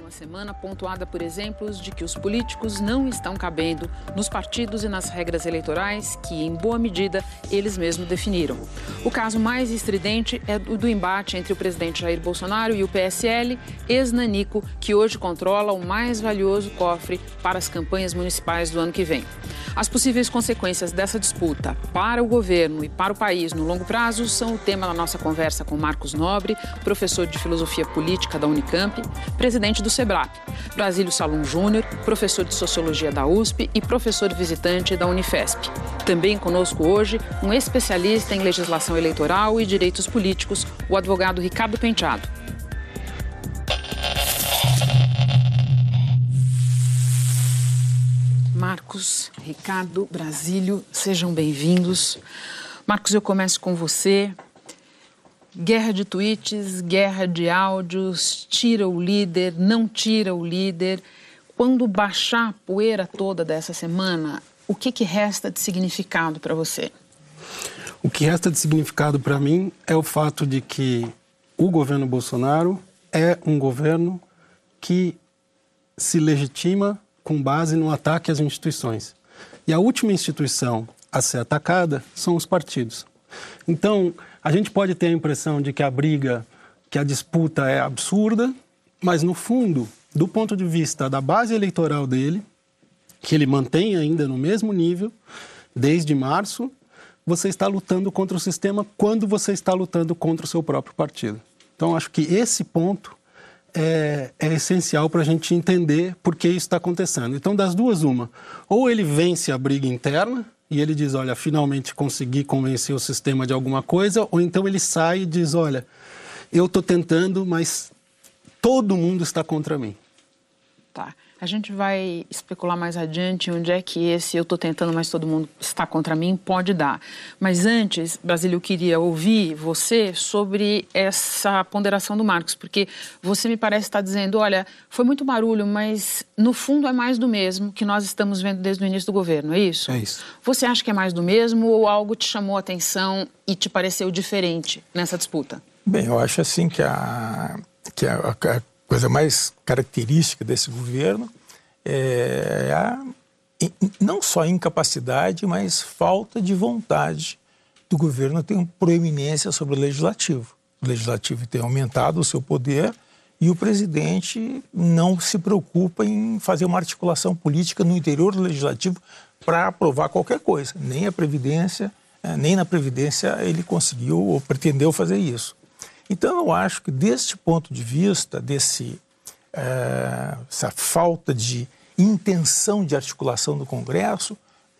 uma semana pontuada por exemplos de que os políticos não estão cabendo nos partidos e nas regras eleitorais que, em boa medida, eles mesmos definiram. O caso mais estridente é o do embate entre o presidente Jair Bolsonaro e o PSL, ex-Nanico, que hoje controla o mais valioso cofre para as campanhas municipais do ano que vem. As possíveis consequências dessa disputa para o governo e para o país no longo prazo são o tema da nossa conversa com Marcos Nobre, professor de Filosofia Política da Unicamp, presidente do SEBRAP, Brasílio Salum Júnior, professor de Sociologia da USP e professor visitante da Unifesp. Também conosco hoje um especialista em legislação eleitoral e direitos políticos, o advogado Ricardo Penteado. Marcos, Ricardo, Brasílio, sejam bem-vindos. Marcos, eu começo com você. Guerra de tweets, guerra de áudios, tira o líder, não tira o líder. Quando baixar a poeira toda dessa semana, o que resta de significado para você? O que resta de significado para mim é o fato de que o governo Bolsonaro é um governo que se legitima com base no ataque às instituições. E a última instituição a ser atacada são os partidos. Então, a gente pode ter a impressão de que a briga, que a disputa é absurda, mas no fundo, do ponto de vista da base eleitoral dele, que ele mantém ainda no mesmo nível, desde março, você está lutando contra o sistema quando você está lutando contra o seu próprio partido. Então, acho que esse ponto é essencial para a gente entender por que isso está acontecendo. Então, das duas, uma. Ou ele vence a briga interna e ele diz, olha, finalmente consegui convencer o sistema de alguma coisa, ou então ele sai e diz, olha, eu estou tentando, mas todo mundo está contra mim. Tá. A gente vai especular mais adiante onde é que esse eu estou tentando, mas todo mundo está contra mim, pode dar. Mas antes, Brasília, eu queria ouvir você sobre essa ponderação do Marcos, porque você me parece estar dizendo, olha, foi muito barulho, mas no fundo é mais do mesmo que nós estamos vendo desde o início do governo, é isso? É isso. Você acha que é mais do mesmo ou algo te chamou a atenção e te pareceu diferente nessa disputa? Bem, eu acho assim que a coisa mais característica desse governo é não só a incapacidade, mas falta de vontade do governo ter proeminência sobre o legislativo. O legislativo tem aumentado o seu poder e o presidente não se preocupa em fazer uma articulação política no interior do legislativo para aprovar qualquer coisa. Nem a Previdência, nem na Previdência ele conseguiu ou pretendeu fazer isso. Então, eu acho que, deste ponto de vista, essa falta de intenção de articulação do Congresso,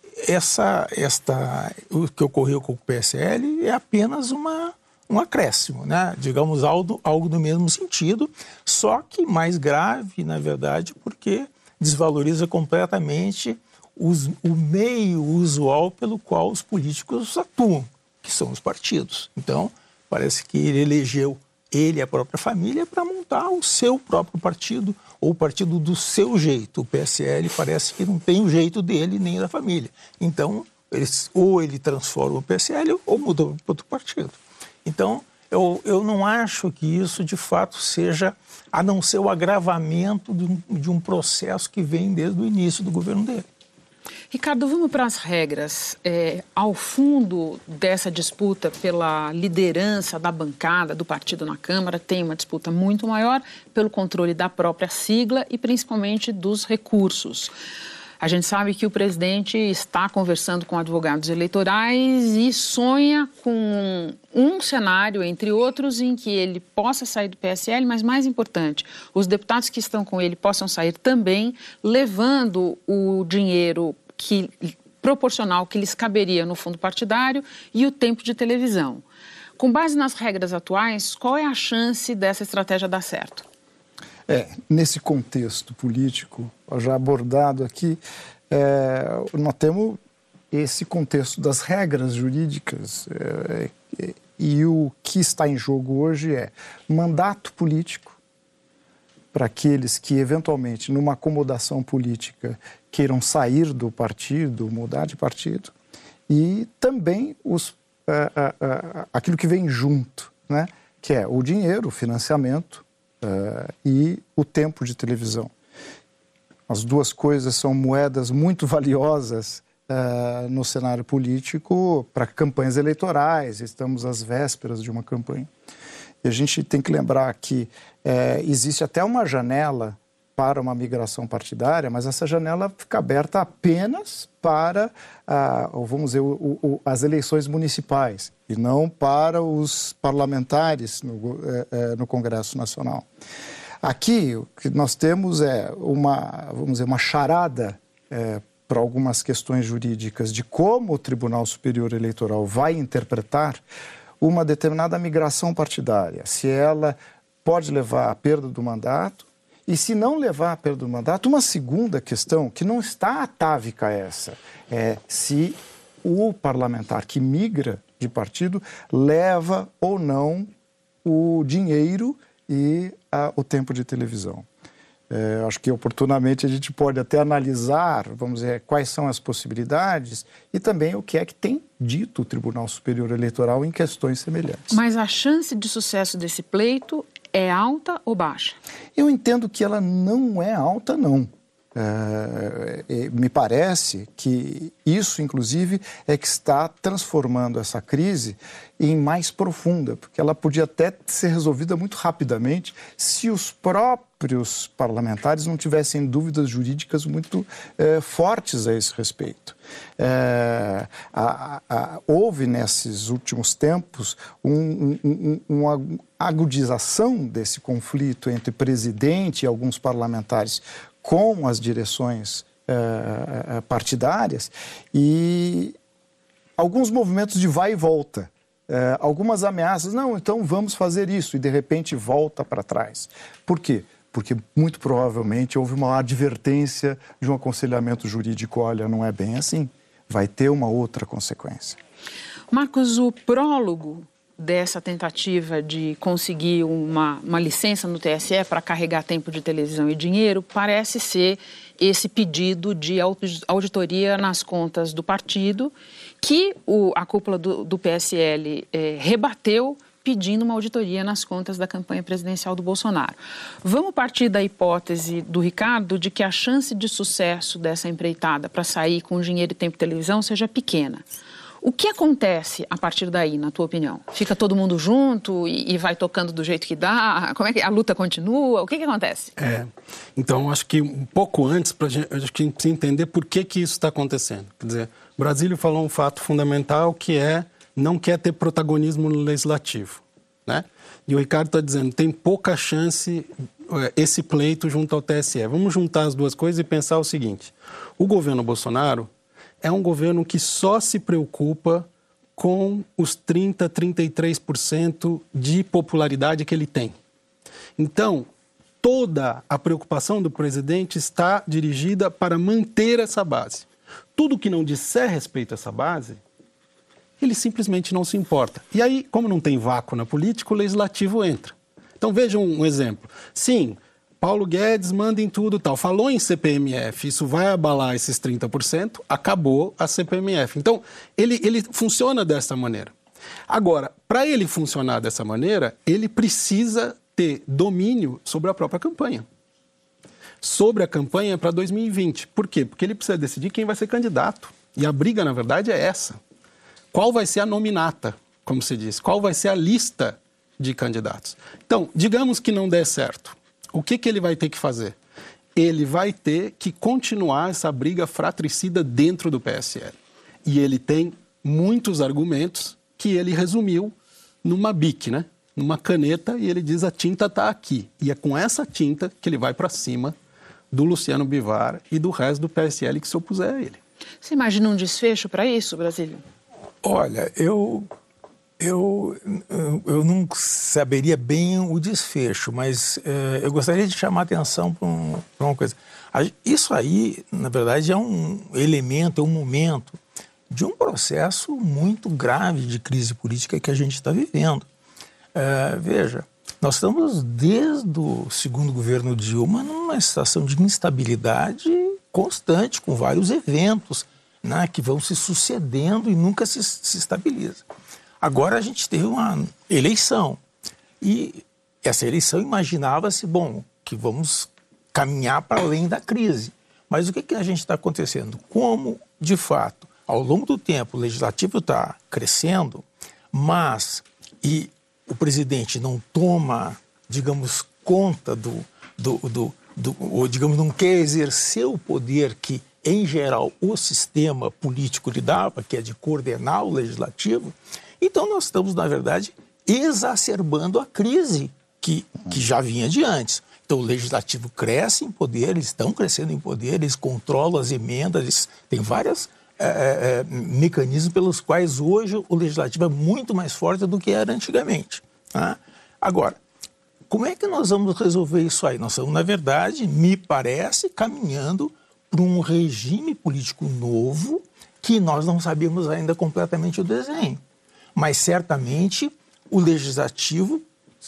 o que ocorreu com o PSL é apenas um acréscimo, né? Digamos, algo no mesmo sentido, só que mais grave, na verdade, porque desvaloriza completamente o meio usual pelo qual os políticos atuam, que são os partidos. Então, parece que ele elegeu ele e a própria família para montar o seu próprio partido, ou o partido do seu jeito. O PSL parece que não tem o jeito dele nem da família. Então, ou ele transforma o PSL ou muda para outro partido. Então, eu não acho que isso, de fato, seja, a não ser o agravamento de um processo que vem desde o início do governo dele. Ricardo, vamos para as regras. Ao fundo dessa disputa pela liderança da bancada do partido na Câmara, tem uma disputa muito maior pelo controle da própria sigla e principalmente dos recursos. A gente sabe que o presidente está conversando com advogados eleitorais e sonha com um cenário, entre outros, em que ele possa sair do PSL, mas mais importante, os deputados que estão com ele possam sair também, levando o dinheiro proporcional que lhes caberia no fundo partidário e o tempo de televisão. Com base nas regras atuais, qual é a chance dessa estratégia dar certo? Nesse contexto político, já abordado aqui, nós temos esse contexto das regras jurídicas e o que está em jogo hoje é mandato político para aqueles que, eventualmente, numa acomodação política, queiram sair do partido, mudar de partido, e também aquilo que vem junto, né? Que é o dinheiro, o financiamento e o tempo de televisão. As duas coisas são moedas muito valiosas no cenário político para campanhas eleitorais. Estamos às vésperas de uma campanha. E a gente tem que lembrar que existe até uma janela para uma migração partidária, mas essa janela fica aberta apenas para, vamos dizer, as eleições municipais e não para os parlamentares no Congresso Nacional. Aqui, o que nós temos é vamos dizer, uma charada para algumas questões jurídicas de como o Tribunal Superior Eleitoral vai interpretar uma determinada migração partidária, se ela pode levar à perda do mandato. E se não levar à perda do mandato, uma segunda questão, que não está atávica a essa, é se o parlamentar que migra de partido leva ou não o dinheiro e o tempo de televisão. Acho que oportunamente a gente pode até analisar, vamos dizer, quais são as possibilidades e também o que é que tem dito o Tribunal Superior Eleitoral em questões semelhantes. Mas a chance de sucesso desse pleito é alta ou baixa? Eu entendo que ela não é alta, não. Me parece que isso, inclusive, é que está transformando essa crise em mais profunda, porque ela podia até ser resolvida muito rapidamente se os próprios parlamentares não tivessem dúvidas jurídicas muito fortes a esse respeito. Houve, nesses últimos tempos, uma agudização desse conflito entre presidente e alguns parlamentares com as direções partidárias e alguns movimentos de vai e volta, algumas ameaças, não, então vamos fazer isso, e de repente volta para trás. Por quê? Porque muito provavelmente houve uma advertência de um aconselhamento jurídico, olha, não é bem assim, vai ter uma outra consequência. Marcos, o prólogo dessa tentativa de conseguir uma licença no TSE para carregar tempo de televisão e dinheiro parece ser esse pedido de auditoria nas contas do partido que a cúpula do PSL rebateu pedindo uma auditoria nas contas da campanha presidencial do Bolsonaro. Vamos partir da hipótese do Ricardo de que a chance de sucesso dessa empreitada para sair com dinheiro e tempo de televisão seja pequena. O que acontece a partir daí, na tua opinião? Fica todo mundo junto e vai tocando do jeito que dá? Como é que a luta continua? O que acontece? Então, acho que um pouco antes, a gente precisa entender por que isso está acontecendo. Quer dizer, Brasílio falou um fato fundamental que não quer ter protagonismo no legislativo, né? E o Ricardo está dizendo, tem pouca chance esse pleito junto ao TSE. Vamos juntar as duas coisas e pensar o seguinte, o governo Bolsonaro é um governo que só se preocupa com os 30%, 33% de popularidade que ele tem. Então, toda a preocupação do presidente está dirigida para manter essa base. Tudo que não disser respeito a essa base, ele simplesmente não se importa. E aí, como não tem vácuo na política, o legislativo entra. Então, vejam um exemplo. Sim, Paulo Guedes manda em tudo e tal. Falou em CPMF, isso vai abalar esses 30%, acabou a CPMF. Então, ele funciona dessa maneira. Agora, para ele funcionar dessa maneira, ele precisa ter domínio sobre a própria campanha. Sobre a campanha para 2020. Por quê? Porque ele precisa decidir quem vai ser candidato. E a briga, na verdade, é essa. Qual vai ser a nominata, como se diz? Qual vai ser a lista de candidatos? Então, digamos que não der certo. O que ele vai ter que fazer? Ele vai ter que continuar essa briga fratricida dentro do PSL. E ele tem muitos argumentos que ele resumiu numa bic, né? Numa caneta, e ele diz a tinta está aqui. E é com essa tinta que ele vai para cima do Luciano Bivar e do resto do PSL que se opuser a ele. Você imagina um desfecho para isso, Brasílio? Olha, eu não saberia bem o desfecho, mas eu gostaria de chamar a atenção para uma coisa. Isso aí, na verdade, é um elemento, é um momento de um processo muito grave de crise política que a gente está vivendo. Veja, nós estamos desde o segundo governo Dilma numa situação de instabilidade constante, com vários eventos, né, que vão se sucedendo e nunca se estabiliza. Agora a gente teve uma eleição e essa eleição imaginava-se, bom, que vamos caminhar para além da crise. Mas o que a gente está acontecendo? Como, de fato, ao longo do tempo o legislativo está crescendo, e o presidente não toma, digamos, conta ou, digamos, não quer exercer o poder que, em geral, o sistema político lhe dava, que é de coordenar o legislativo, então nós estamos, na verdade, exacerbando a crise que já vinha de antes. Então o legislativo cresce em poder, eles estão crescendo em poder, eles controlam as emendas, eles têm vários mecanismos pelos quais hoje o legislativo é muito mais forte do que era antigamente. Tá? Agora, como é que nós vamos resolver isso aí? Nós estamos, na verdade, me parece, caminhando para um regime político novo que nós não sabemos ainda completamente o desenho. Mas certamente o legislativo,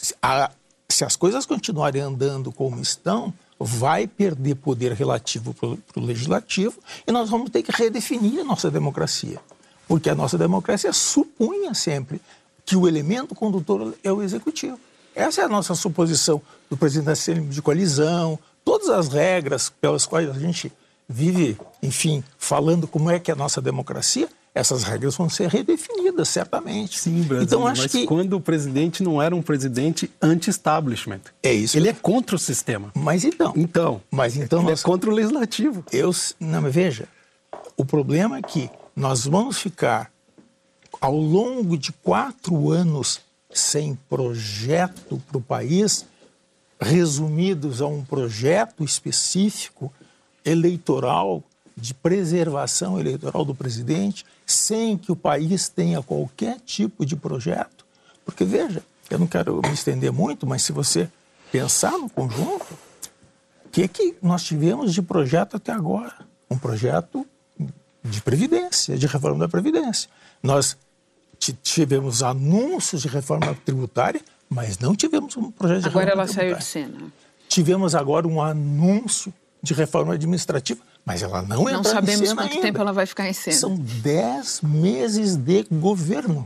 se as coisas continuarem andando como estão, vai perder poder relativo para o legislativo e nós vamos ter que redefinir a nossa democracia. Porque a nossa democracia supunha sempre que o elemento condutor é o executivo. Essa é a nossa suposição do presidente de coalizão, todas as regras pelas quais a gente vive, enfim, falando como é que é a nossa democracia, essas regras vão ser redefinidas, certamente. Sim, Brasil, então, mas quando o presidente não era um presidente anti-establishment. É isso. Ele é contra o sistema. Mas então ele é contra o legislativo. Mas veja, o problema é que nós vamos ficar, ao longo de 4 anos, sem projeto para o país, resumidos a um projeto específico eleitoral, de preservação eleitoral do presidente, sem que o país tenha qualquer tipo de projeto. Porque, veja, eu não quero me estender muito, mas se você pensar no conjunto, o que nós tivemos de projeto até agora? Um projeto de Previdência, de reforma da Previdência. Nós tivemos anúncios de reforma tributária, mas não tivemos um projeto de reforma tributária. Agora ela saiu de cena. Tivemos agora um anúncio de reforma administrativa, mas ela não entrou em cena. Não sabemos quanto ainda. tempo ela vai ficar em cena. São 10 meses de governo.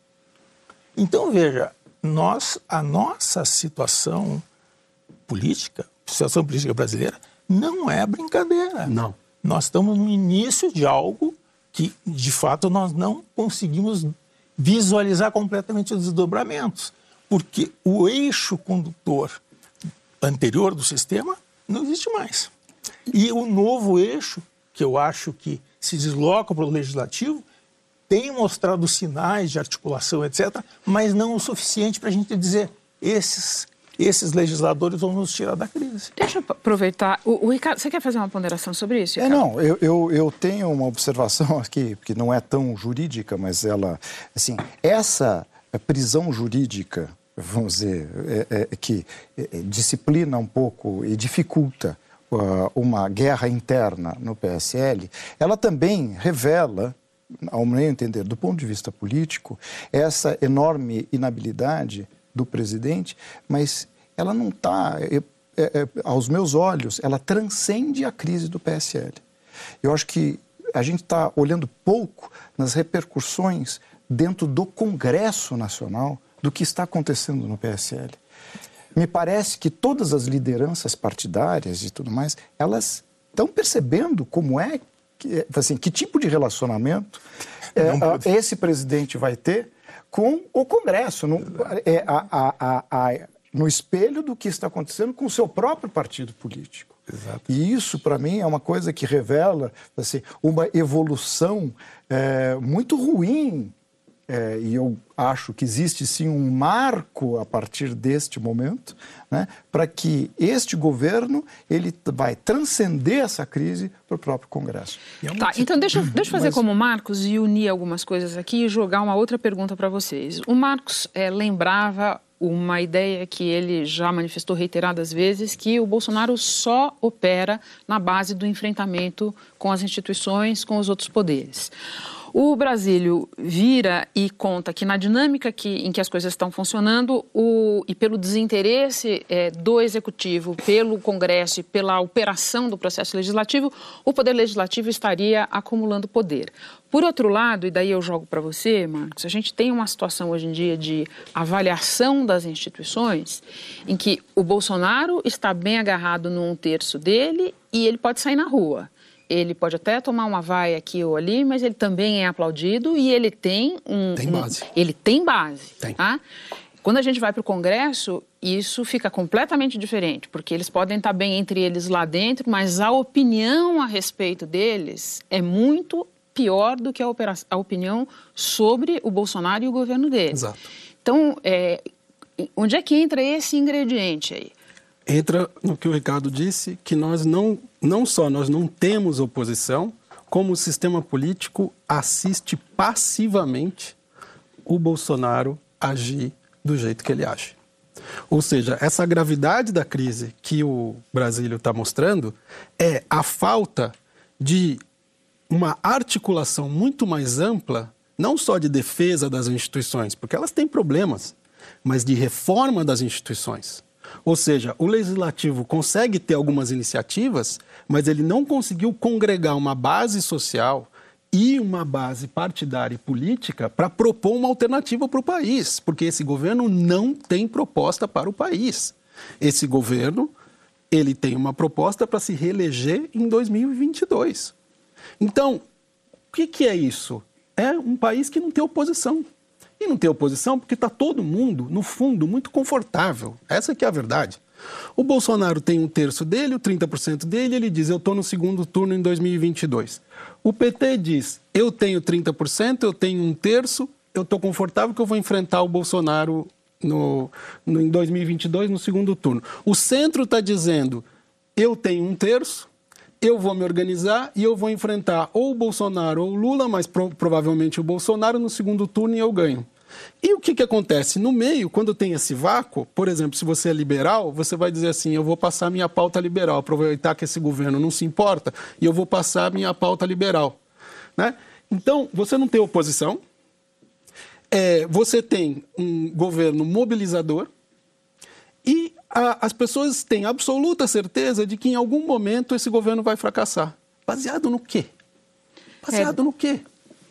Então, veja, a nossa situação política brasileira, não é brincadeira. Não. Nós estamos no início de algo que, de fato, nós não conseguimos visualizar completamente os desdobramentos, porque o eixo condutor anterior do sistema não existe mais. E o novo eixo, que eu acho que se desloca para o legislativo, tem mostrado sinais de articulação, etc., mas não o suficiente para a gente dizer esses legisladores vão nos tirar da crise. Deixa eu aproveitar. O Ricardo, você quer fazer uma ponderação sobre isso, Ricardo? Não, eu tenho uma observação aqui, que não é tão jurídica, mas ela, assim, essa prisão jurídica, vamos dizer, que disciplina um pouco e dificulta uma guerra interna no PSL, ela também revela, ao meu entender, do ponto de vista político, essa enorme inabilidade do presidente, mas ela não está, aos meus olhos, ela transcende a crise do PSL. Eu acho que a gente está olhando pouco nas repercussões dentro do Congresso Nacional do que está acontecendo no PSL. Me parece que todas as lideranças partidárias e tudo mais, elas estão percebendo como é, assim, que tipo de relacionamento esse presidente vai ter com o Congresso, no espelho do que está acontecendo com o seu próprio partido político. Exato. E isso, para mim, é uma coisa que revela, assim, uma evolução muito ruim. E eu acho que existe, sim, um marco a partir deste momento, né, para que este governo ele vai transcender essa crise para o próprio Congresso. Tá, então deixa eu fazer como o Marcos e unir algumas coisas aqui e jogar uma outra pergunta para vocês. O Marcos lembrava uma ideia que ele já manifestou reiteradas vezes, que o Bolsonaro só opera na base do enfrentamento com as instituições, com os outros poderes. O Brasílio vira e conta que na dinâmica em que as coisas estão funcionando e pelo desinteresse do Executivo, pelo Congresso e pela operação do processo legislativo, o Poder Legislativo estaria acumulando poder. Por outro lado, e daí eu jogo para você, Marcos, a gente tem uma situação hoje em dia de avaliação das instituições em que o Bolsonaro está bem agarrado num terço dele e ele pode sair na rua. Ele pode até tomar uma vaia aqui ou ali, mas ele também é aplaudido e ele tem base. Ele tem base. Tem. Tá? Quando a gente vai para o Congresso, isso fica completamente diferente, porque eles podem estar bem entre eles lá dentro, mas a opinião a respeito deles é muito pior do que a opinião sobre o Bolsonaro e o governo dele. Exato. Então, onde é que entra esse ingrediente aí? Entra no que o Ricardo disse, que nós não só nós não temos oposição, como o sistema político assiste passivamente o Bolsonaro agir do jeito que ele age. Ou seja, essa gravidade da crise que o Brasílio está mostrando é a falta de uma articulação muito mais ampla, não só de defesa das instituições, porque elas têm problemas, mas de reforma das instituições. Ou seja, o Legislativo consegue ter algumas iniciativas, mas ele não conseguiu congregar uma base social e uma base partidária e política para propor uma alternativa para o país, porque esse governo não tem proposta para o país. Esse governo, ele tem uma proposta para se reeleger em 2022. Então, o que é isso? É um país que não tem oposição. E não tem oposição porque está todo mundo, no fundo, muito confortável. Essa que é a verdade. O Bolsonaro tem um terço dele, o 30% dele, ele diz, eu estou no segundo turno em 2022. O PT diz, eu tenho 30%, eu tenho um terço, eu estou confortável que eu vou enfrentar o Bolsonaro em 2022, no segundo turno. O centro está dizendo, eu tenho um terço, eu vou me organizar e eu vou enfrentar ou o Bolsonaro ou o Lula, mas provavelmente o Bolsonaro no segundo turno e eu ganho. E o que acontece? No meio, quando tem esse vácuo, por exemplo, se você é liberal, você vai dizer assim, eu vou passar minha pauta liberal, aproveitar que esse governo não se importa e eu vou passar minha pauta liberal. Né? Então, você não tem oposição, você tem um governo mobilizador e as pessoas têm absoluta certeza de que em algum momento esse governo vai fracassar. Baseado no quê? Baseado no quê?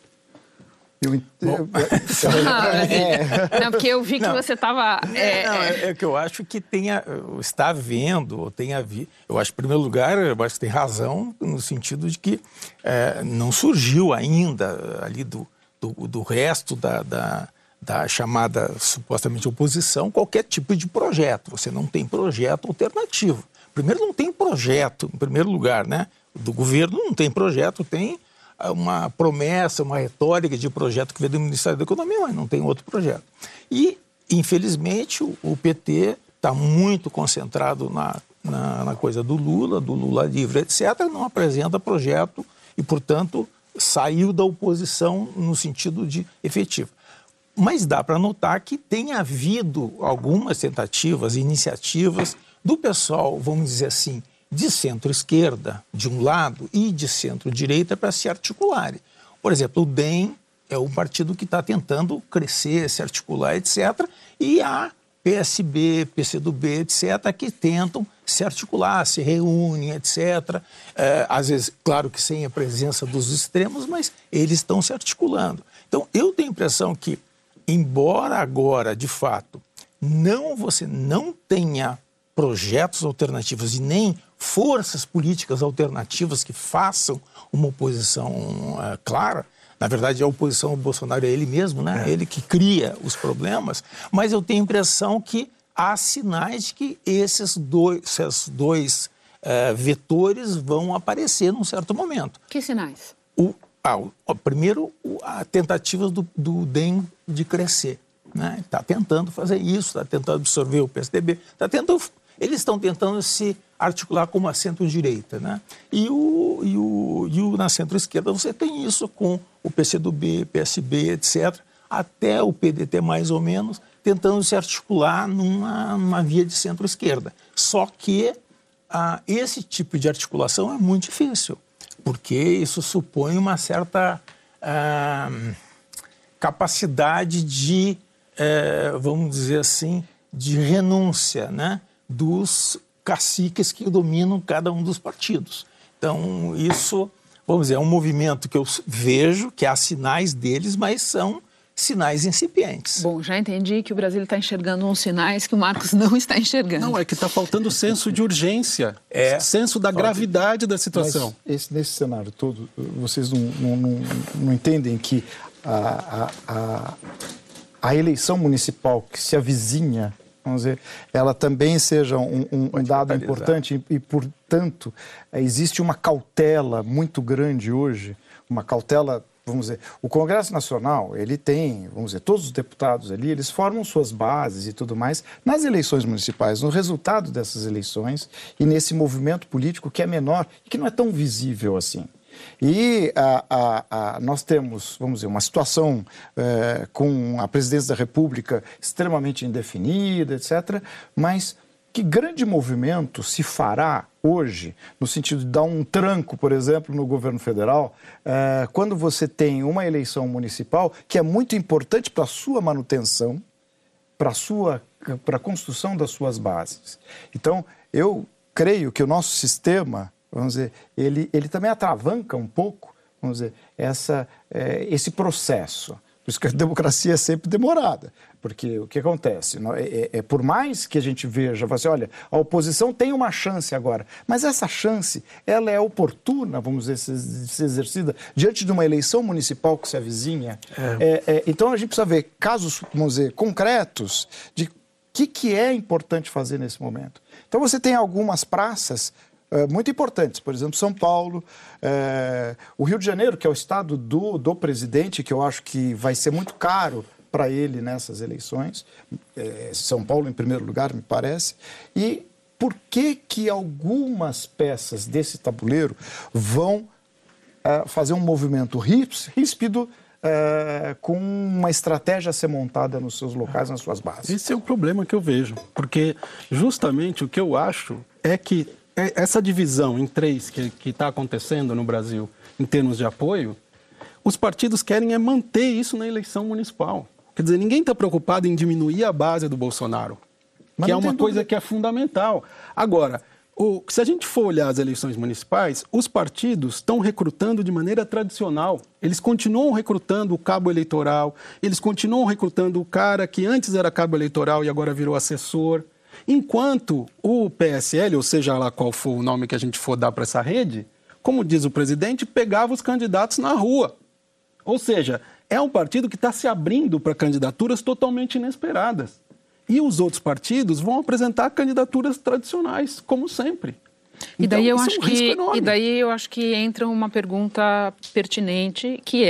Não, porque eu vi que você estava... É que eu acho que está havendo, ou tenha havido... Eu acho, em primeiro lugar, eu acho que tem razão no sentido de que não surgiu ainda ali do resto da chamada, supostamente, oposição, qualquer tipo de projeto. Você não tem projeto alternativo. Primeiro, não tem projeto, em primeiro lugar, né? Do governo não tem projeto, tem uma promessa, uma retórica de projeto que veio do Ministério da Economia, mas não tem outro projeto. E, infelizmente, o PT está muito concentrado na coisa do Lula livre, etc., não apresenta projeto e, portanto, saiu da oposição no sentido de efetivo. Mas dá para notar que tem havido algumas tentativas, iniciativas do pessoal, vamos dizer assim, de centro-esquerda, de um lado, e de centro-direita para se articularem. Por exemplo, o DEM é um partido que está tentando crescer, se articular, etc., e a PSB, PCdoB, etc., que tentam se articular, se reúnem, etc. Às vezes, claro que sem a presença dos extremos, mas eles estão se articulando. Então, eu tenho a impressão que, embora agora, de fato, você não tenha projetos alternativos e nem forças políticas alternativas que façam uma oposição clara, na verdade a oposição ao Bolsonaro é ele mesmo, né? Ele que cria os problemas, mas eu tenho a impressão que há sinais de que esses dois vetores vão aparecer num certo momento. Que sinais? Primeiro, a tentativa do DEM de crescer. Né? Está tentando fazer isso, está tentando absorver o PSDB, eles estão tentando se articular como a centro-direita. Né? E na centro-esquerda você tem isso com o PCdoB, PSB, etc., até o PDT mais ou menos, tentando se articular numa via de centro-esquerda. Só que esse tipo de articulação é muito difícil, porque isso supõe uma certa capacidade de, vamos dizer assim, de renúncia, né, dos caciques que dominam cada um dos partidos. Então, isso, vamos dizer, é um movimento que eu vejo, que há sinais deles, mas são sinais incipientes. Bom, já entendi que o Brasil está enxergando uns sinais que o Marcos não está enxergando. Não, é que está faltando senso de urgência, senso da gravidade da situação. Mas nesse cenário todo, vocês não entendem que a eleição municipal que se avizinha, vamos dizer, ela também seja um dado importante e, portanto, existe uma cautela muito grande hoje, uma cautela. Vamos dizer, o Congresso Nacional, ele tem, vamos dizer, todos os deputados ali, eles formam suas bases e tudo mais nas eleições municipais, no resultado dessas eleições e nesse movimento político que é menor e que não é tão visível assim. E nós temos, vamos dizer, uma situação com a presidência da República extremamente indefinida, etc., mas que grande movimento se fará hoje, no sentido de dar um tranco, por exemplo, no governo federal, quando você tem uma eleição municipal que é muito importante para a sua manutenção, para a construção das suas bases. Então, eu creio que o nosso sistema, vamos dizer, ele também atravanca um pouco, vamos dizer, esse processo. Por isso que a democracia é sempre demorada. Porque o que acontece? Por mais que a gente veja, assim, olha, a oposição tem uma chance agora, mas essa chance, ela é oportuna, vamos dizer, ser exercida diante de uma eleição municipal que se avizinha. Então a gente precisa ver casos, vamos dizer, concretos de o que é importante fazer nesse momento. Então você tem algumas praças muito importantes, por exemplo, São Paulo, o Rio de Janeiro, que é o estado do presidente, que eu acho que vai ser muito caro para ele nessas eleições, São Paulo em primeiro lugar, me parece, e por que algumas peças desse tabuleiro vão fazer um movimento ríspido com uma estratégia a ser montada nos seus locais, nas suas bases? Esse é o problema que eu vejo, porque justamente o que eu acho é que essa divisão em três que está acontecendo no Brasil em termos de apoio, os partidos querem manter isso na eleição municipal. Quer dizer, ninguém está preocupado em diminuir a base do Bolsonaro, que é uma coisa que é fundamental. Agora, se a gente for olhar as eleições municipais, os partidos estão recrutando de maneira tradicional. Eles continuam recrutando o cabo eleitoral, eles continuam recrutando o cara que antes era cabo eleitoral e agora virou assessor. Enquanto o PSL, ou seja lá qual for o nome que a gente for dar para essa rede, como diz o presidente, pegava os candidatos na rua. Ou seja, é um partido que está se abrindo para candidaturas totalmente inesperadas. E os outros partidos vão apresentar candidaturas tradicionais, como sempre. E daí, eu acho que entra uma pergunta pertinente, que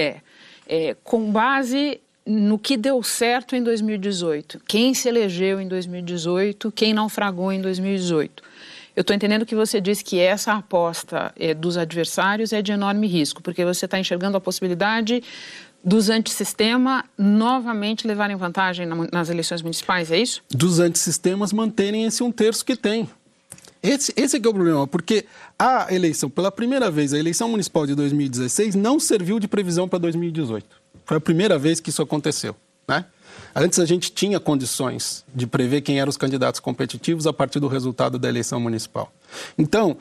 com base no que deu certo em 2018, quem se elegeu em 2018, quem naufragou em 2018. Eu estou entendendo que você disse que essa aposta dos adversários é de enorme risco, porque você está enxergando a possibilidade dos antissistema novamente levarem vantagem nas eleições municipais, é isso? Dos antssistemas manterem esse 1/3 que tem. Esse é que é o problema, porque a eleição, pela primeira vez, a eleição municipal de 2016 não serviu de previsão para 2018. Foi a primeira vez que isso aconteceu, né? Antes a gente tinha condições de prever quem eram os candidatos competitivos a partir do resultado da eleição municipal. Então,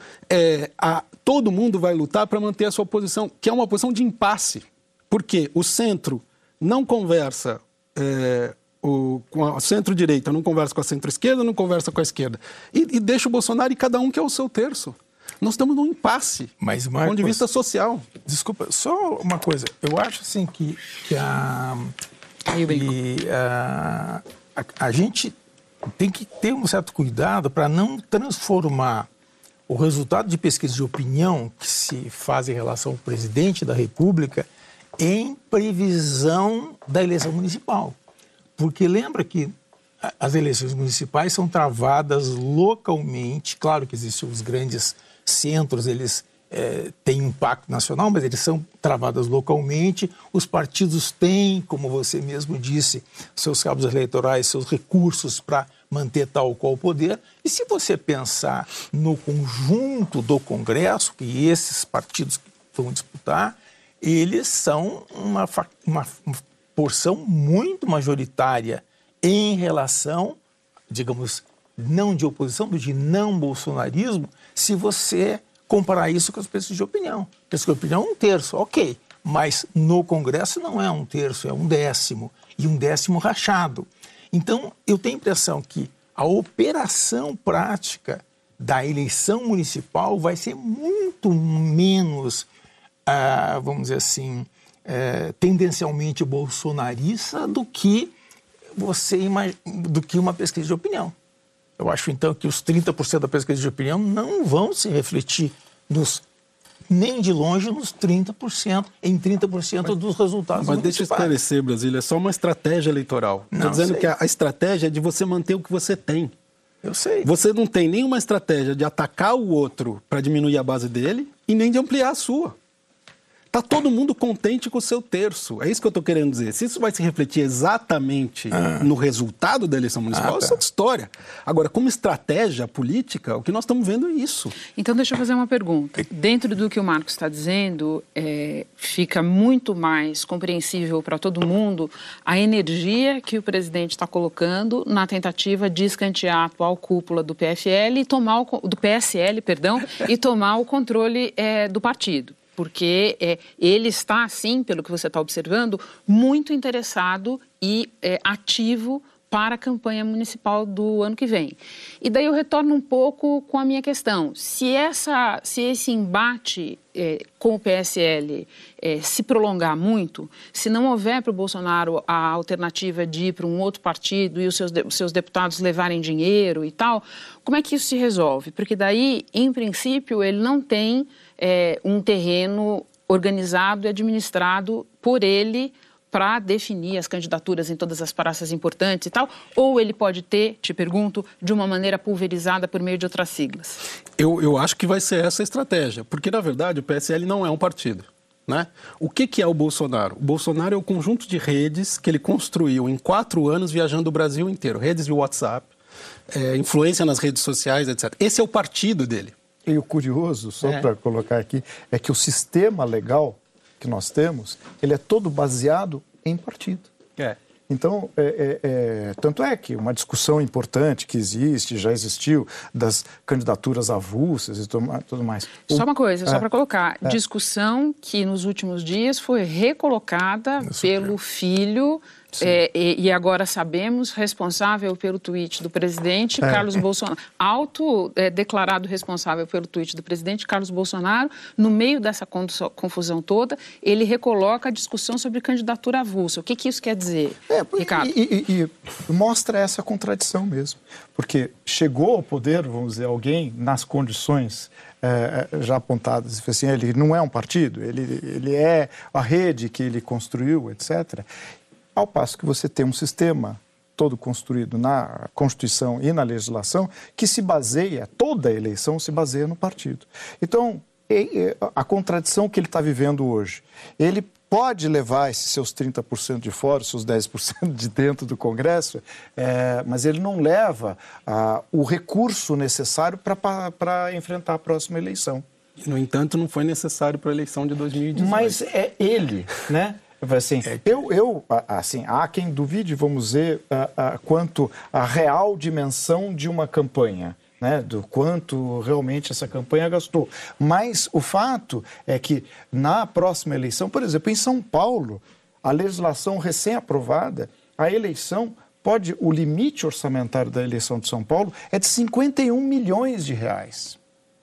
todo mundo vai lutar para manter a sua posição, que é uma posição de impasse, porque o centro não conversa, com a centro-direita não conversa com a centro-esquerda, não conversa com a esquerda, e deixa o Bolsonaro e cada um quer o seu terço. Nós estamos num impasse, mas, Marcos, do ponto de vista social. Desculpa, só uma coisa. Eu acho assim que a gente tem que ter um certo cuidado para não transformar o resultado de pesquisa de opinião que se faz em relação ao presidente da República em previsão da eleição municipal. Porque lembra que as eleições municipais são travadas localmente. Claro que existem os grandes centros, eles têm impacto nacional, mas eles são travadas localmente. Os partidos têm, como você mesmo disse, seus cabos eleitorais, seus recursos para manter tal ou qual poder. E se você pensar no conjunto do Congresso, que esses partidos vão disputar, eles são uma porção muito majoritária em relação, digamos, não de oposição, de não bolsonarismo, se você comparar isso com as pesquisas de opinião. Pesquisa de opinião é 1/3, ok, mas no Congresso não é 1/3, é 1/10, e 1/10 rachado. Então, eu tenho a impressão que a operação prática da eleição municipal vai ser muito menos, vamos dizer assim, tendencialmente bolsonarista do que uma pesquisa de opinião. Eu acho, então, que os 30% da pesquisa de opinião não vão se refletir nem de longe nos 30%, em 30% dos resultados. Mas deixa eu esclarecer, Brasília, é só uma estratégia eleitoral. Estou dizendo que a estratégia é de você manter o que você tem. Eu sei. Você não tem nenhuma estratégia de atacar o outro para diminuir a base dele e nem de ampliar a sua. Está todo mundo contente com o seu terço. É isso que eu estou querendo dizer. Se isso vai se refletir exatamente no resultado da eleição municipal, isso é outra história. Agora, como estratégia política, o que nós estamos vendo é isso. Então, deixa eu fazer uma pergunta. Dentro do que o Marcos está dizendo, fica muito mais compreensível para todo mundo a energia que o presidente está colocando na tentativa de escantear a atual cúpula do PSL e tomar o controle do partido. Porque ele está, sim, pelo que você está observando, muito interessado e ativo para a campanha municipal do ano que vem. E daí eu retorno um pouco com a minha questão. Se esse embate com o PSL se prolongar muito, se não houver para o Bolsonaro a alternativa de ir para um outro partido e os seus deputados levarem dinheiro e tal, como é que isso se resolve? Porque daí, em princípio, ele não tem um terreno organizado e administrado por ele para definir as candidaturas em todas as praças importantes e tal, ou ele pode ter, te pergunto, de uma maneira pulverizada por meio de outras siglas? Eu acho que vai ser essa a estratégia, porque, na verdade, o PSL não é um partido, né? O que é o Bolsonaro? O Bolsonaro é o conjunto de redes que ele construiu em 4 anos viajando o Brasil inteiro, redes de WhatsApp, influência nas redes sociais, etc. Esse é o partido dele. E o curioso, só para colocar aqui, é que o sistema legal que nós temos, ele é todo baseado em partido. Então, tanto é que uma discussão importante que existe, já existiu, das candidaturas avulsas e tudo mais. Só uma coisa, só para colocar, discussão que nos últimos dias foi recolocada pelo filho e agora sabemos, responsável pelo tweet do presidente Carlos Bolsonaro, autodeclarado responsável pelo tweet do presidente Carlos Bolsonaro, no meio dessa confusão toda, ele recoloca a discussão sobre candidatura avulsa. O que isso quer dizer, Ricardo? E mostra essa contradição mesmo, porque chegou ao poder, vamos dizer, alguém nas condições já apontadas, assim, ele não é um partido, ele é a rede que ele construiu, etc., ao passo que você tem um sistema todo construído na Constituição e na legislação que se baseia, toda a eleição se baseia no partido. Então, a contradição que ele está vivendo hoje, ele pode levar esses seus 30% de fora, seus 10% de dentro do Congresso, mas ele não leva o recurso necessário para enfrentar a próxima eleição. No entanto, não foi necessário para a eleição de 2018. Mas é ele, né? Assim, assim, há quem duvide, vamos dizer, quanto à real dimensão de uma campanha, né, do quanto realmente essa campanha gastou. Mas o fato é que na próxima eleição, por exemplo, em São Paulo, a legislação recém-aprovada, a eleição o limite orçamentário da eleição de São Paulo é de 51 milhões de reais.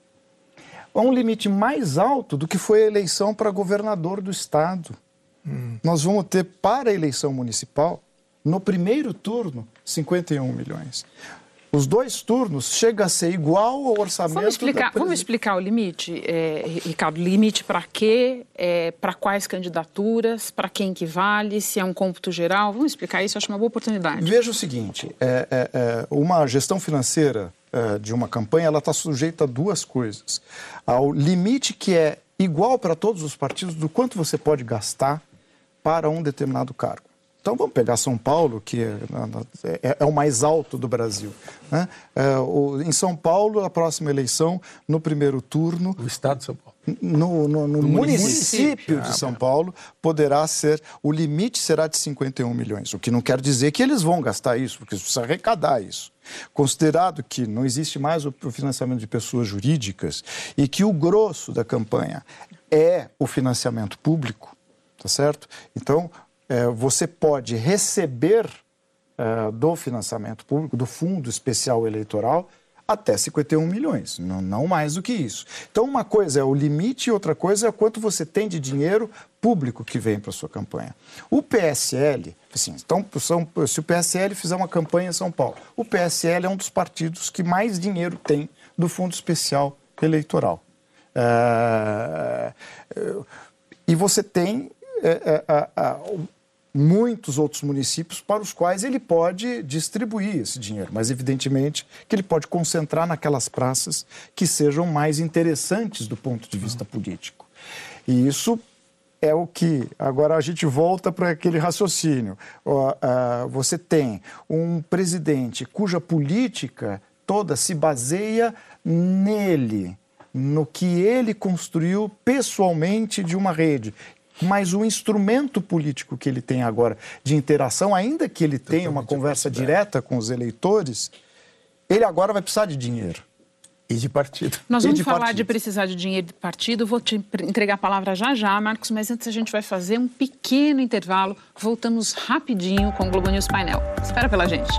É um limite mais alto do que foi a eleição para governador do estado. Nós vamos ter para a eleição municipal, no primeiro turno, 51 milhões. Os 2 turnos chega a ser igual ao orçamento... Vamos explicar o limite, Ricardo? Limite para quê? Para quais candidaturas? Para quem que vale? Se é um cômputo geral? Vamos explicar isso, eu acho uma boa oportunidade. Veja o seguinte, uma gestão financeira de uma campanha, ela está sujeita a 2 coisas. Ao limite que é igual para todos os partidos do quanto você pode gastar para um determinado cargo. Então vamos pegar São Paulo, que é o mais alto do Brasil, né? Em São Paulo, a próxima eleição, no primeiro turno... O estado de São Paulo. No município de São Paulo, poderá ser... O limite será de 51 milhões, o que não quer dizer que eles vão gastar isso, porque precisa arrecadar isso. Considerado que não existe mais o financiamento de pessoas jurídicas e que o grosso da campanha é o financiamento público, tá certo? Então... você pode receber do financiamento público, do Fundo Especial Eleitoral, até 51 milhões, não mais do que isso. Então, uma coisa é o limite e outra coisa é quanto você tem de dinheiro público que vem para a sua campanha. O PSL, assim, então, se o PSL fizer uma campanha em São Paulo, o PSL é um dos partidos que mais dinheiro tem do Fundo Especial Eleitoral. E você tem... muitos outros municípios para os quais ele pode distribuir esse dinheiro, mas evidentemente que ele pode concentrar naquelas praças que sejam mais interessantes do ponto de vista político. E isso é o que... Agora a gente volta para aquele raciocínio. Você tem um presidente cuja política toda se baseia nele, no que ele construiu pessoalmente de uma rede. Mas o instrumento político que ele tem agora de interação, ainda que ele tenha uma conversa direta com os eleitores, ele agora vai precisar de dinheiro. E de partido. Nós vamos falar de precisar de dinheiro de partido. Vou te entregar a palavra já, Marcos, mas antes a gente vai fazer um pequeno intervalo. Voltamos rapidinho com o Globo News Painel. Espera pela gente.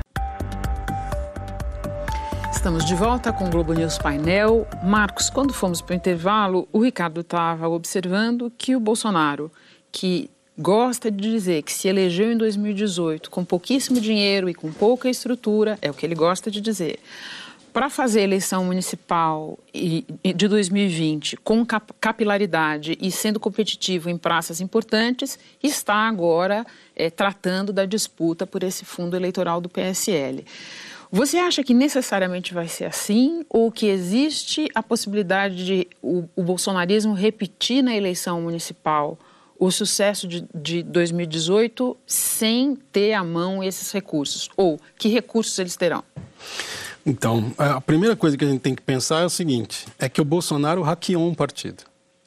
Estamos de volta com o Globo News Painel. Marcos, quando fomos para o intervalo, o Ricardo estava observando que o Bolsonaro, que gosta de dizer que se elegeu em 2018 com pouquíssimo dinheiro e com pouca estrutura, é o que ele gosta de dizer, para fazer a eleição municipal de 2020 com capilaridade e sendo competitivo em praças importantes, está agora tratando da disputa por esse fundo eleitoral do PSL. Você acha que necessariamente vai ser assim ou que existe a possibilidade de o bolsonarismo repetir na eleição municipal o sucesso de 2018 sem ter à mão esses recursos? Ou que recursos eles terão? Então, a primeira coisa que a gente tem que pensar é o seguinte, é que o Bolsonaro hackeou um partido.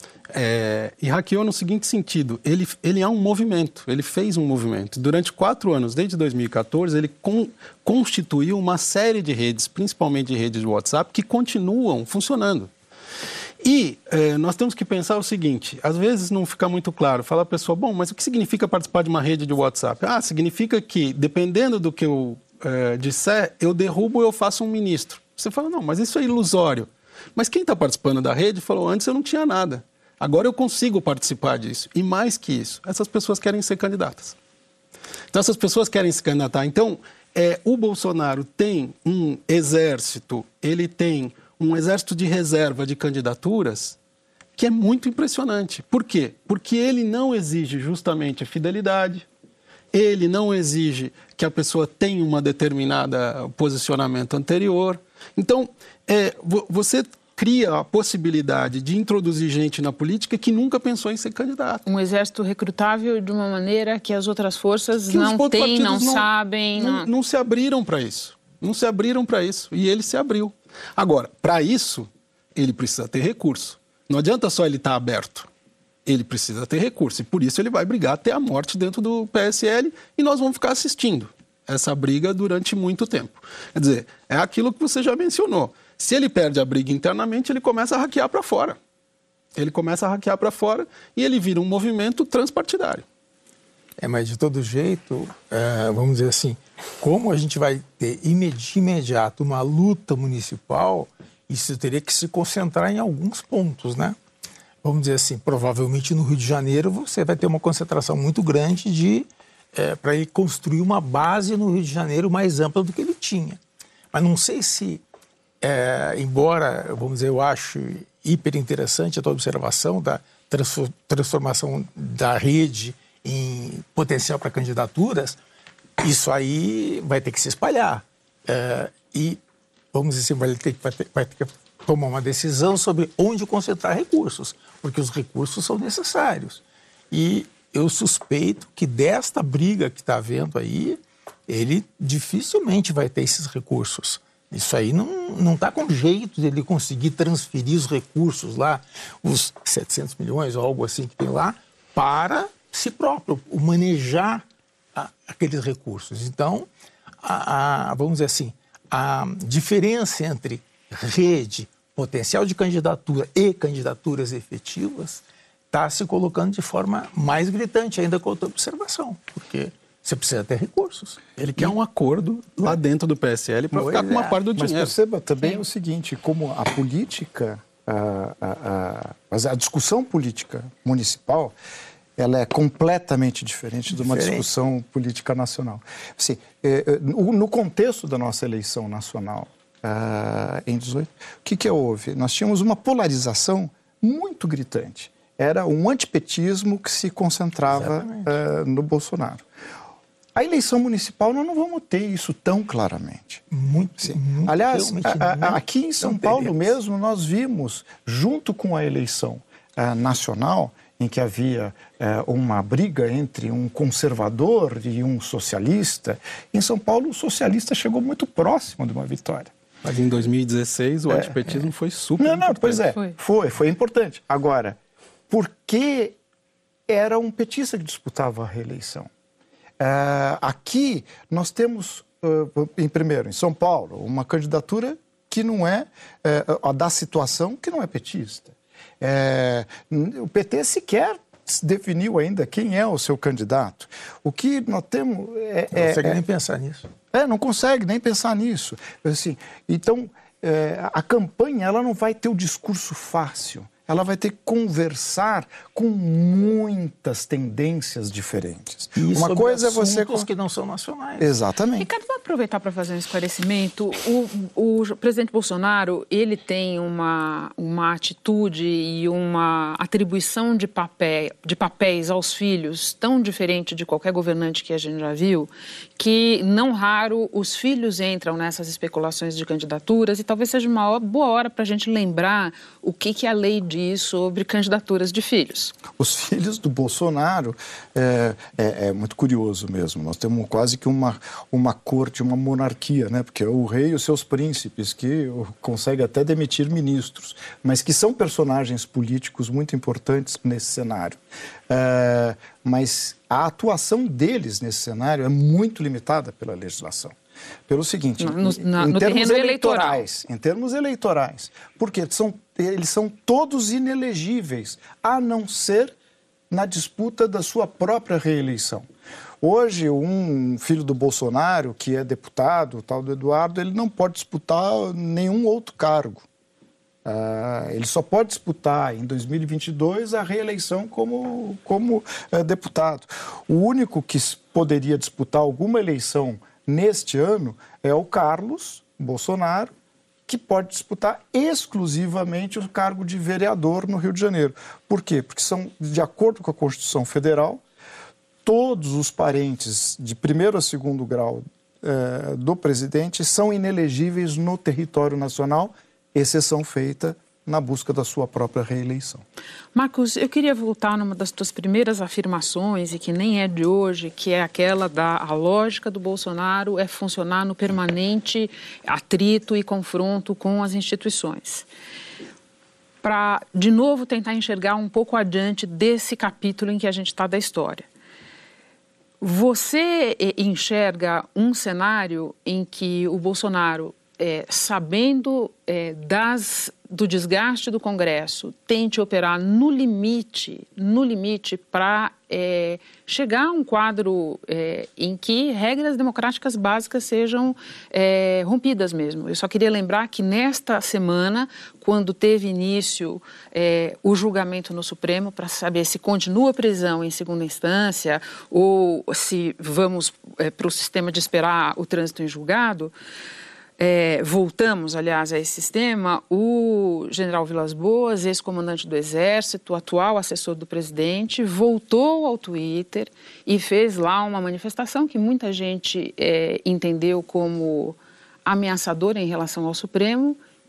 E hackeou no seguinte sentido, ele é um movimento, ele fez um movimento. Durante 4 anos, desde 2014, ele constituiu uma série de redes, principalmente redes de WhatsApp, que continuam funcionando. E nós temos que pensar o seguinte, às vezes não fica muito claro, fala a pessoa, bom, mas o que significa participar de uma rede de WhatsApp? Significa que, dependendo do que eu disser, eu derrubo ou eu faço um ministro. Você fala, não, mas isso é ilusório. Mas quem está participando da rede falou, antes eu não tinha nada. Agora eu consigo participar disso. E mais que isso, essas pessoas querem ser candidatas. Então, essas pessoas querem se candidatar. Então, o Bolsonaro tem um exército, ele tem um exército de reserva de candidaturas que é muito impressionante. Por quê? Porque ele não exige justamente a fidelidade, ele não exige que a pessoa tenha uma determinada posicionamento anterior. Então, você cria a possibilidade de introduzir gente na política que nunca pensou em ser candidato. Um exército recrutável de uma maneira que as outras forças não têm, não sabem. Não se abriram para isso. Não se abriram para isso. E ele se abriu. Agora, para isso, ele precisa ter recurso. Não adianta só ele estar aberto. Ele precisa ter recurso. E por isso ele vai brigar até a morte dentro do PSL e nós vamos ficar assistindo essa briga durante muito tempo. Quer dizer, é aquilo que você já mencionou. Se ele perde a briga internamente, ele começa a hackear para fora. Ele começa a hackear para fora e ele vira um movimento transpartidário. Mas de todo jeito, vamos dizer assim, como a gente vai ter de imediato uma luta municipal, isso teria que se concentrar em alguns pontos, né? Vamos dizer assim, provavelmente no Rio de Janeiro você vai ter uma concentração muito grande para ele construir uma base no Rio de Janeiro mais ampla do que ele tinha. Mas não sei se... embora, vamos dizer, eu acho hiper interessante a tua observação da transformação da rede em potencial para candidaturas, isso aí vai ter que se espalhar. E, vamos dizer assim, vai ter que tomar uma decisão sobre onde concentrar recursos, porque os recursos são necessários. E eu suspeito que desta briga que está havendo aí, ele dificilmente vai ter esses recursos. Isso aí não está com jeito de ele conseguir transferir os recursos lá, os 700 milhões ou algo assim que tem lá, para si próprio, manejar aqueles recursos. Então, vamos dizer assim, a diferença entre rede, potencial de candidatura e candidaturas efetivas está se colocando de forma mais gritante ainda com a outra observação, porque você precisa ter recursos. Ele quer um acordo lá dentro do PSL para ficar com uma parte do dinheiro. Mas perceba também o seguinte, como a política, a discussão política municipal, ela é completamente diferente de uma discussão política nacional. Assim, no contexto da nossa eleição nacional, em 18, o que houve? Nós tínhamos uma polarização muito gritante. Era um antipetismo que se concentrava no Bolsonaro. A eleição municipal, nós não vamos ter isso tão claramente. Muito. Aliás, aqui em São Paulo mesmo, nós vimos, junto com a eleição nacional, em que havia uma briga entre um conservador e um socialista, em São Paulo o socialista chegou muito próximo de uma vitória. Mas em 2016 o antipetismo foi super importante. Pois é, foi importante. Agora, por que era um petista que disputava a reeleição? Aqui nós temos, em São Paulo, uma candidatura que não é, da situação que não é petista. O PT sequer definiu ainda quem é o seu candidato. O que nós temos não consegue nem pensar nisso. Não consegue nem pensar nisso. Assim, então, a campanha ela não vai ter o discurso fácil. Ela vai ter que conversar com muitas tendências diferentes. E uma coisa é você que não são nacionais. Exatamente. Ricardo, vou aproveitar para fazer um esclarecimento. O presidente Bolsonaro, ele tem uma atitude e uma atribuição de papéis aos filhos tão diferente de qualquer governante que a gente já viu, que não raro os filhos entram nessas especulações de candidaturas e talvez seja uma boa hora para a gente lembrar o que a lei diz sobre candidaturas de filhos. Os filhos do Bolsonaro é muito curioso mesmo. Nós temos quase que uma corte, uma monarquia, né? Porque é o rei e os seus príncipes que conseguem até demitir ministros, mas que são personagens políticos muito importantes nesse cenário. Mas a atuação deles nesse cenário é muito limitada pela legislação. Pelo seguinte, em termos eleitorais, porque eles são todos inelegíveis, a não ser na disputa da sua própria reeleição. Hoje, um filho do Bolsonaro, que é deputado, o tal do Eduardo, ele não pode disputar nenhum outro cargo. Ele só pode disputar em 2022 a reeleição como deputado. O único que poderia disputar alguma eleição neste ano é o Carlos Bolsonaro, que pode disputar exclusivamente o cargo de vereador no Rio de Janeiro. Por quê? Porque de acordo com a Constituição Federal, todos os parentes de primeiro a segundo grau do presidente são inelegíveis no território nacional, exceção feita na busca da sua própria reeleição. Marcos, eu queria voltar numa das tuas primeiras afirmações, e que nem é de hoje, que é aquela a lógica do Bolsonaro é funcionar no permanente atrito e confronto com as instituições. Para, de novo, tentar enxergar um pouco adiante desse capítulo em que a gente está da história. Você enxerga um cenário em que o Bolsonaro, sabendo do desgaste do Congresso, tente operar no limite para chegar a um quadro em que regras democráticas básicas sejam rompidas mesmo. Eu só queria lembrar que nesta semana, quando teve início o julgamento no Supremo para saber se continua a prisão em segunda instância ou se vamos para o sistema de esperar o trânsito em julgado, voltamos, aliás, a esse sistema, o general Vilas Boas, ex-comandante do Exército, atual assessor do presidente, voltou ao Twitter e fez lá uma manifestação que muita gente entendeu como ameaçadora em relação ao Supremo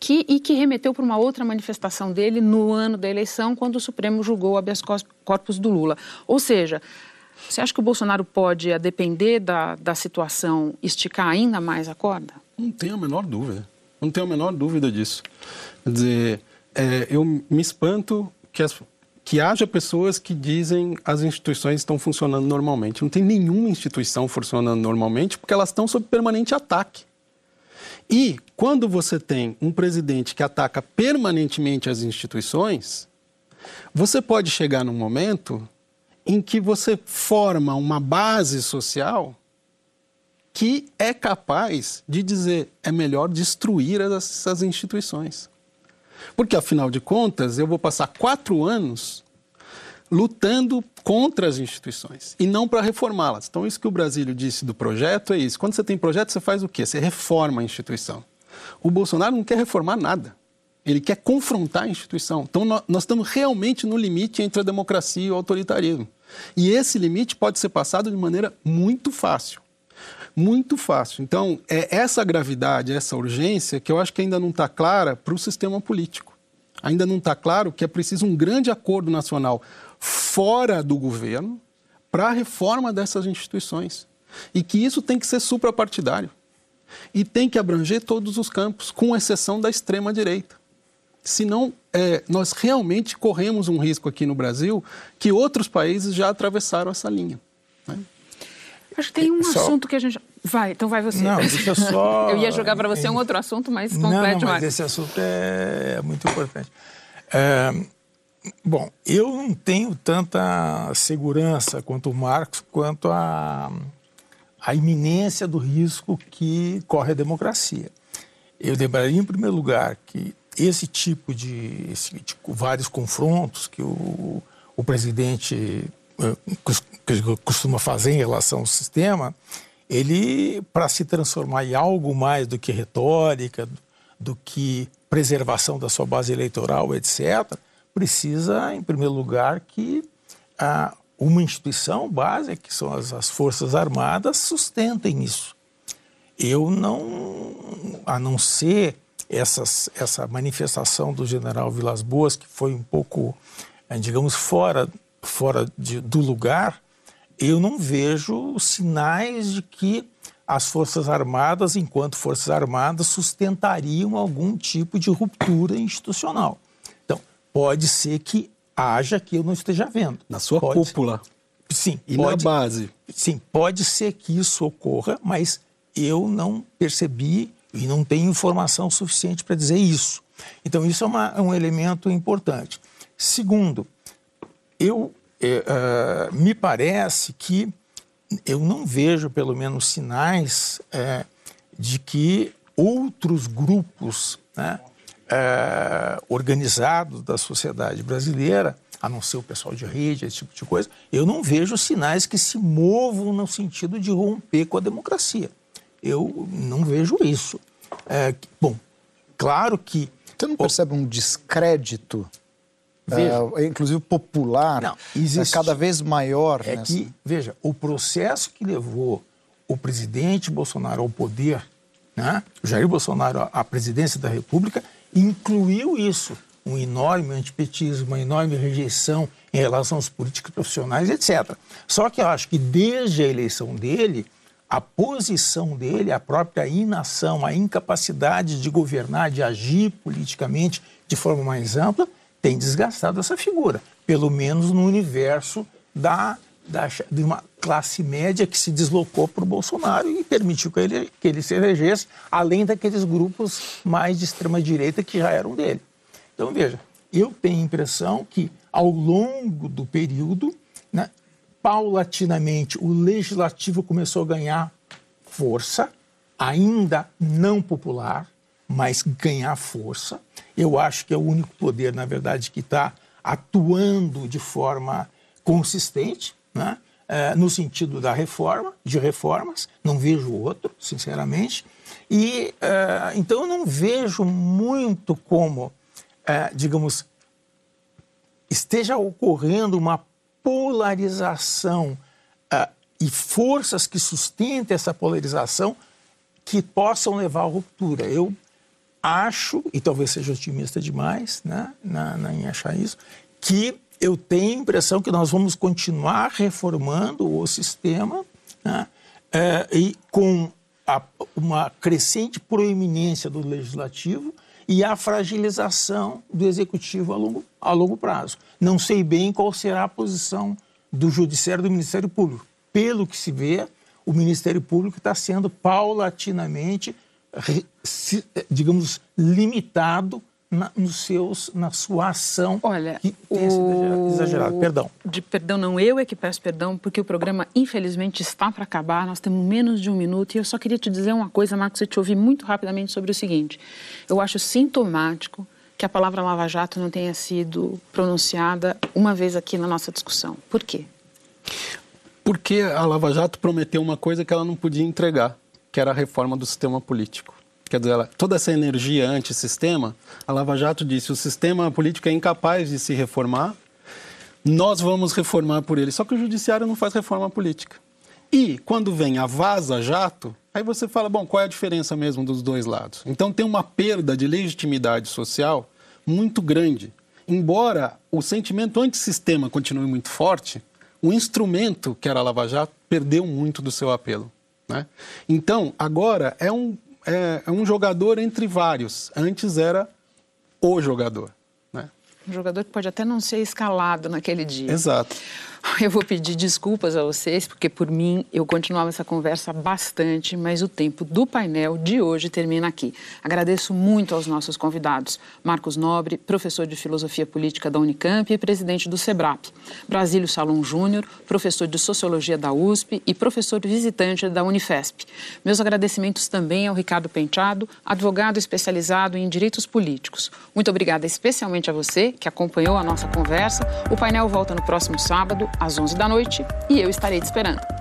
e que remeteu para uma outra manifestação dele no ano da eleição, quando o Supremo julgou o habeas corpus do Lula. Ou seja, você acha que o Bolsonaro pode, a depender da situação, esticar ainda mais a corda? Não tenho a menor dúvida. Não tenho a menor dúvida disso. Quer dizer, eu me espanto que haja pessoas que dizem que as instituições estão funcionando normalmente. Não tem nenhuma instituição funcionando normalmente porque elas estão sob permanente ataque. E quando você tem um presidente que ataca permanentemente as instituições, você pode chegar num momento em que você forma uma base social que é capaz de dizer é melhor destruir essas instituições. Porque, afinal de contas, eu vou passar 4 anos lutando contra as instituições e não para reformá-las. Então, isso que o Brasílio disse do projeto é isso. Quando você tem projeto, você faz o quê? Você reforma a instituição. O Bolsonaro não quer reformar nada. Ele quer confrontar a instituição. Então, nós estamos realmente no limite entre a democracia e o autoritarismo. E esse limite pode ser passado de maneira muito fácil. Muito fácil. Então, é essa gravidade, essa urgência que eu acho que ainda não está clara para o sistema político. Ainda não está claro que é preciso um grande acordo nacional fora do governo para a reforma dessas instituições. E que isso tem que ser suprapartidário. E tem que abranger todos os campos, com exceção da extrema-direita. Senão, nós realmente corremos um risco aqui no Brasil que outros países já atravessaram essa linha, né? Acho que tem um assunto que a gente... Vai, então vai você. Não, deixa só... Eu ia jogar para você um outro assunto, mas complete mais. Mas esse assunto é muito importante. Bom, eu não tenho tanta segurança quanto o Marcos, quanto a iminência do risco que corre a democracia. Eu lembraria, em primeiro lugar, que esse tipo de vários confrontos que o presidente costuma fazer em relação ao sistema, ele, para se transformar em algo mais do que retórica, do que preservação da sua base eleitoral, etc., precisa, em primeiro lugar, que uma instituição básica, que são as Forças Armadas, sustentem isso. A não ser essa manifestação do general Vilas Boas, que foi um pouco, digamos, fora do lugar, eu não vejo sinais de que as Forças Armadas, enquanto Forças Armadas, sustentariam algum tipo de ruptura institucional. Então, pode ser que haja que eu não esteja vendo. Na sua cúpula. Sim. E na base. Sim, pode ser que isso ocorra, mas eu não percebi e não tenho informação suficiente para dizer isso. Então, isso é um elemento importante. Segundo, me parece que eu não vejo, pelo menos, sinais de que outros grupos, né, organizados da sociedade brasileira, a não ser o pessoal de rede, esse tipo de coisa, eu não vejo sinais que se movam no sentido de romper com a democracia. Eu não vejo isso. Bom, claro que... Você não percebe um descrédito, inclusive popular, não, existe, cada vez maior? Veja, o processo que levou o presidente Bolsonaro ao poder, né, o Jair Bolsonaro à presidência da República, incluiu isso, um enorme antipetismo, uma enorme rejeição em relação aos políticos profissionais, etc. Só que eu acho que desde a eleição dele, a posição dele, a própria inação, a incapacidade de governar, de agir politicamente de forma mais ampla, tem desgastado essa figura, pelo menos no universo de uma classe média que se deslocou para o Bolsonaro e permitiu que ele se elegesse, além daqueles grupos mais de extrema-direita que já eram dele. Então, veja, eu tenho a impressão que, ao longo do período, né, paulatinamente, o legislativo começou a ganhar força, ainda não popular, mas ganhar força. Eu acho que é o único poder, na verdade, que está atuando de forma consistente, né, no sentido de reformas. Não vejo outro, sinceramente. E, então, eu não vejo muito como, digamos, esteja ocorrendo uma polarização e forças que sustentem essa polarização que possam levar à ruptura. Eu acho, e talvez seja otimista demais, né, em achar isso, que eu tenho a impressão que nós vamos continuar reformando o sistema, né, e com uma crescente proeminência do legislativo e a fragilização do executivo a longo prazo. Não sei bem qual será a posição do Judiciário e do Ministério Público. Pelo que se vê, o Ministério Público está sendo paulatinamente, digamos, limitado na sua ação. Olha, que tem sido exagerado. Perdão. Perdão, não, eu é que peço perdão, porque o programa, infelizmente, está para acabar. Nós temos menos de um minuto e eu só queria te dizer uma coisa, Marcos, eu te ouvi muito rapidamente sobre o seguinte. Eu acho sintomático que a palavra Lava Jato não tenha sido pronunciada uma vez aqui na nossa discussão. Por quê? Porque a Lava Jato prometeu uma coisa que ela não podia entregar, que era a reforma do sistema político. Quer dizer, toda essa energia antissistema, a Lava Jato disse, o sistema político é incapaz de se reformar, nós vamos reformar por ele. Só que o judiciário não faz reforma política. E quando vem a Vaza Jato, aí você fala, bom, qual é a diferença mesmo dos dois lados? Então tem uma perda de legitimidade social muito grande. Embora o sentimento antissistema continue muito forte, o instrumento que era a Lava Jato perdeu muito do seu apelo, né? Então, agora é um jogador entre vários. Antes era o jogador, né? Um jogador que pode até não ser escalado naquele dia. Exato. Eu vou pedir desculpas a vocês, porque por mim eu continuava essa conversa bastante, mas o tempo do painel de hoje termina aqui. Agradeço muito aos nossos convidados. Marcos Nobre, professor de Filosofia Política da Unicamp e presidente do SEBRAP. Brasílio Salom Júnior, professor de Sociologia da USP e professor visitante da Unifesp. Meus agradecimentos também ao Ricardo Penteado, advogado especializado em direitos políticos. Muito obrigada especialmente a você que acompanhou a nossa conversa. O painel volta no próximo sábado, às 11 da noite, e eu estarei te esperando.